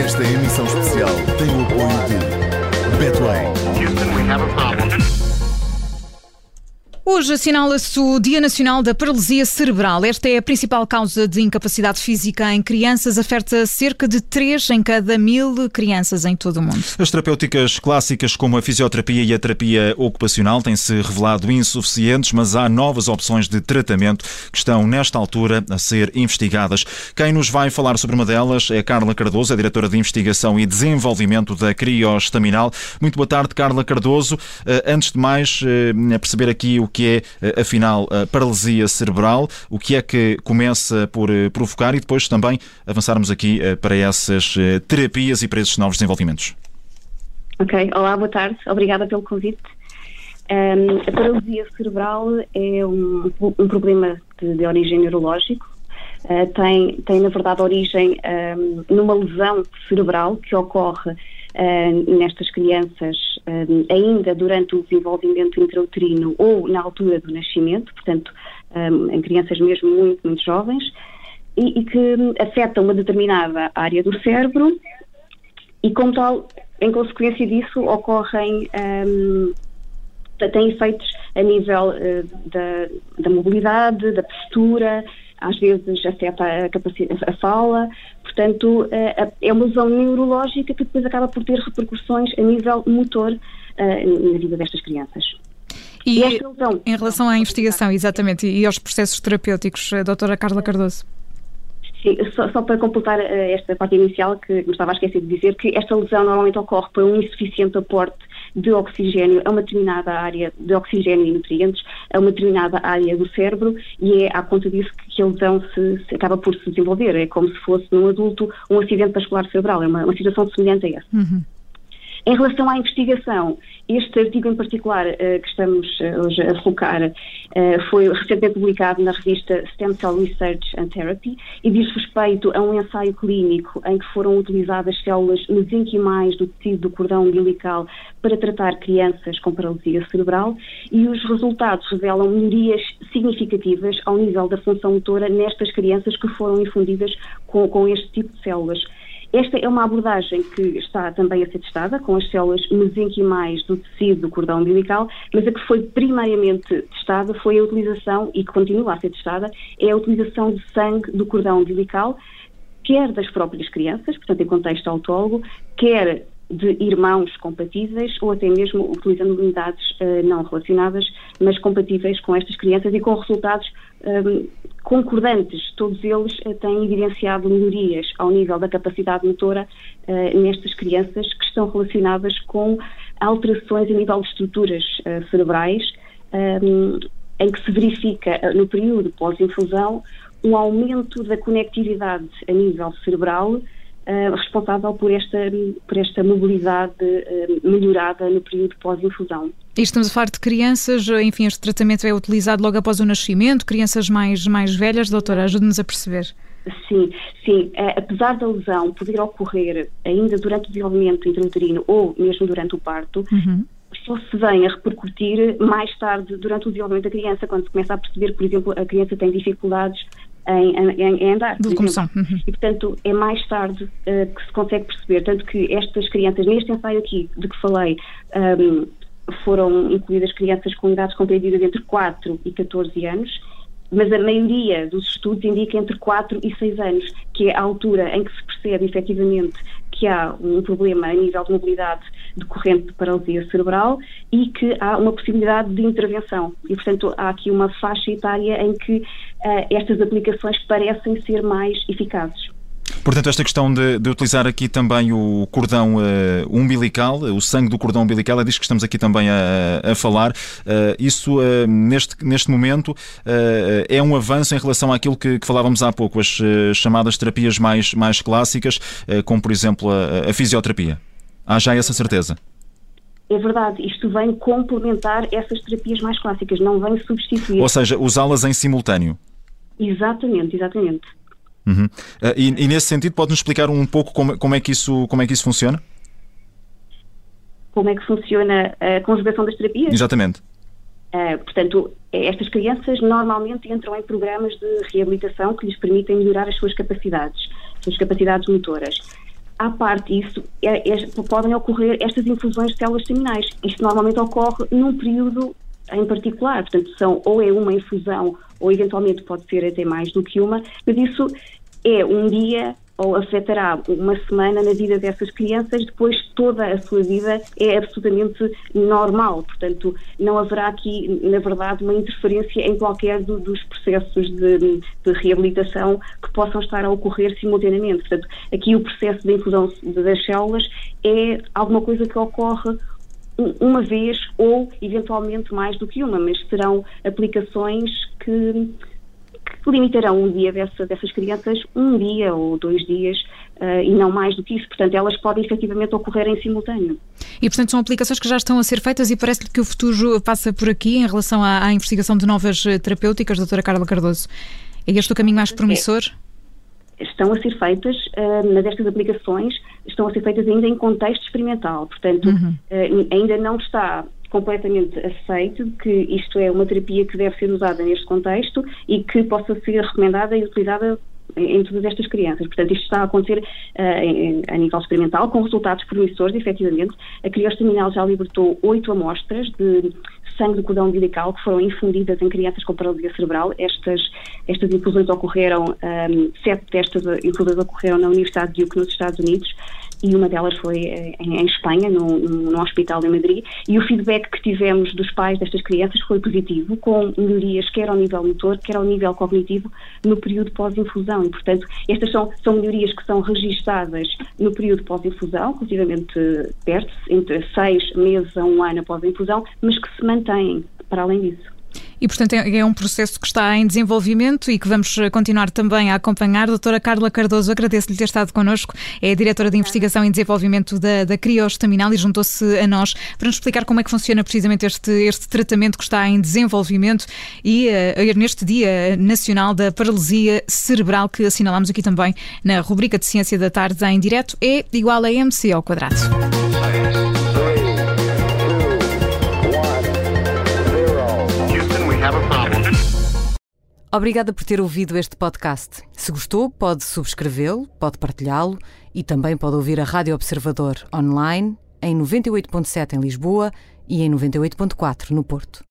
Esta emissão especial tem o apoio de Betway. Houston, we have a problem. Hoje assinala-se o Dia Nacional da Paralisia Cerebral. Esta é a principal causa de incapacidade física em crianças. Afeta cerca de 3 em cada 1000 crianças em todo o mundo. As terapêuticas clássicas, como a fisioterapia e a terapia ocupacional, têm-se revelado insuficientes, mas há novas opções de tratamento que estão, nesta altura, a ser investigadas. Quem nos vai falar sobre uma delas é Carla Cardoso, a diretora de Investigação e Desenvolvimento da Crioestaminal. Muito boa tarde, Carla Cardoso. Antes de mais, perceber aqui o que é, afinal, a paralisia cerebral, o que é que começa por provocar e depois também avançarmos aqui para essas terapias e para esses novos desenvolvimentos. Ok, olá, boa tarde, obrigada pelo convite. A paralisia cerebral é um problema de origem neurológico. Tem, na verdade, origem numa lesão cerebral que ocorre nestas crianças ainda durante o desenvolvimento intrauterino ou na altura do nascimento, portanto, em crianças mesmo muito, muito jovens, e que afeta uma determinada área do cérebro e, como tal, em consequência disso, têm efeitos a nível da mobilidade, da postura, às vezes afeta a fala, portanto é uma lesão neurológica que depois acaba por ter repercussões a nível motor na vida destas crianças. E esta lesão, em relação à investigação, exatamente, e aos processos terapêuticos, doutora Carla Cardoso? Sim, só para completar esta parte inicial, que me estava a esquecer de dizer, que esta lesão normalmente ocorre por um insuficiente aporte de oxigênio a uma determinada área de oxigênio e nutrientes, a uma determinada área do cérebro, e é à conta disso que a lesão se acaba por se desenvolver. É como se fosse num adulto um acidente vascular cerebral, é uma situação semelhante a essa. Uhum. Em relação à investigação, este artigo em particular que estamos hoje a focar foi recentemente publicado na revista Stem Cell Research and Therapy e diz respeito a um ensaio clínico em que foram utilizadas células mesenquimais do tecido do cordão umbilical para tratar crianças com paralisia cerebral, e os resultados revelam melhorias significativas ao nível da função motora nestas crianças que foram infundidas com este tipo de células. Esta é uma abordagem que está também a ser testada com as células mesenquimais do tecido do cordão umbilical, mas a que foi primariamente testada foi a utilização, e que continua a ser testada, é a utilização de sangue do cordão umbilical, quer das próprias crianças, portanto em contexto autólogo, quer de irmãos compatíveis ou até mesmo utilizando unidades não relacionadas, mas compatíveis com estas crianças e com resultados concordantes. Todos eles têm evidenciado melhorias ao nível da capacidade motora nestas crianças que estão relacionadas com alterações a nível de estruturas cerebrais, em que se verifica no período pós-infusão um aumento da conectividade a nível cerebral responsável por esta mobilidade melhorada no período pós-infusão. E estamos a falar de crianças, enfim, este tratamento é utilizado logo após o nascimento, crianças mais velhas, doutora, ajude-nos a perceber. Sim. Apesar da lesão poder ocorrer ainda durante o desenvolvimento intrauterino ou mesmo durante o parto, só se vem a repercutir mais tarde durante o desenvolvimento da criança, quando se começa a perceber, por exemplo, a criança tem dificuldades em andar. De locomoção. E, portanto, é mais tarde que se consegue perceber. Tanto que estas crianças, neste ensaio aqui de que falei, foram incluídas crianças com idades compreendidas entre 4 e 14 anos, mas a maioria dos estudos indica entre 4 e 6 anos, que é a altura em que se percebe efetivamente que há um problema a nível de mobilidade decorrente de paralisia cerebral e que há uma possibilidade de intervenção. E, portanto, há aqui uma faixa etária em que estas aplicações parecem ser mais eficazes. Portanto, esta questão de utilizar aqui também o cordão umbilical, o sangue do cordão umbilical, é disso que estamos aqui também a falar. Isso, neste momento, é um avanço em relação àquilo que falávamos há pouco, as chamadas terapias mais clássicas, como, por exemplo, a fisioterapia. Há já essa certeza? É verdade, isto vem complementar essas terapias mais clássicas, não vem substituir. Ou seja, usá-las em simultâneo. Exatamente. Uhum. E nesse sentido pode-nos explicar um pouco como é que isso funciona? Como é que funciona a conjugação das terapias? Exatamente. Portanto, estas crianças normalmente entram em programas de reabilitação que lhes permitem melhorar as suas capacidades motoras. À parte disso, podem ocorrer estas infusões de células terminais. Isto normalmente ocorre num período em particular, portanto, ou é uma infusão, ou eventualmente pode ser até mais do que uma, mas isso é um dia ou afetará uma semana na vida dessas crianças, depois toda a sua vida é absolutamente normal. Portanto, não haverá aqui, na verdade, uma interferência em qualquer dos processos de reabilitação que possam estar a ocorrer simultaneamente. Portanto, aqui o processo de infusão das células é alguma coisa que ocorre uma vez ou, eventualmente, mais do que uma, mas serão aplicações que limitarão o dia dessas crianças, um dia ou 2 dias, e não mais do que isso. Portanto, elas podem efetivamente ocorrer em simultâneo. E, portanto, são aplicações que já estão a ser feitas e parece-lhe que o futuro passa por aqui em relação à investigação de novas terapêuticas, doutora Carla Cardoso. É este o caminho mais promissor? Estão a ser feitas, mas estas aplicações estão a ser feitas ainda em contexto experimental. Portanto, ainda não está completamente aceito que isto é uma terapia que deve ser usada neste contexto e que possa ser recomendada e utilizada em todas estas crianças. Portanto, isto está a acontecer a nível experimental, com resultados promissores, efetivamente. A Crios Terminal já libertou 8 amostras de sangue do cordão umbilical que foram infundidas em crianças com paralisia cerebral. Estas infusões ocorreram, 7 destas infusões ocorreram na Universidade de Duke, nos Estados Unidos, e uma delas foi em Espanha, num hospital em Madrid, e o feedback que tivemos dos pais destas crianças foi positivo, com melhorias quer ao nível motor, quer ao nível cognitivo, no período pós-infusão. E, portanto, estas são melhorias que são registadas no período pós-infusão, relativamente perto, entre 6 meses a 1 ano após a infusão, mas que se mantêm para além disso. E, portanto, é um processo que está em desenvolvimento e que vamos continuar também a acompanhar. Doutora Carla Cardoso, agradeço-lhe ter estado connosco. É a diretora de Investigação e Desenvolvimento da Crios Terminal e juntou-se a nós para nos explicar como é que funciona precisamente este tratamento que está em desenvolvimento e neste Dia Nacional da Paralisia Cerebral, que assinalamos aqui também na rubrica de Ciência da Tarde em direto, é igual a MC ao quadrado. Obrigada por ter ouvido este podcast. Se gostou, pode subscrevê-lo, pode partilhá-lo e também pode ouvir a Rádio Observador online em 98.7 em Lisboa e em 98.4 no Porto.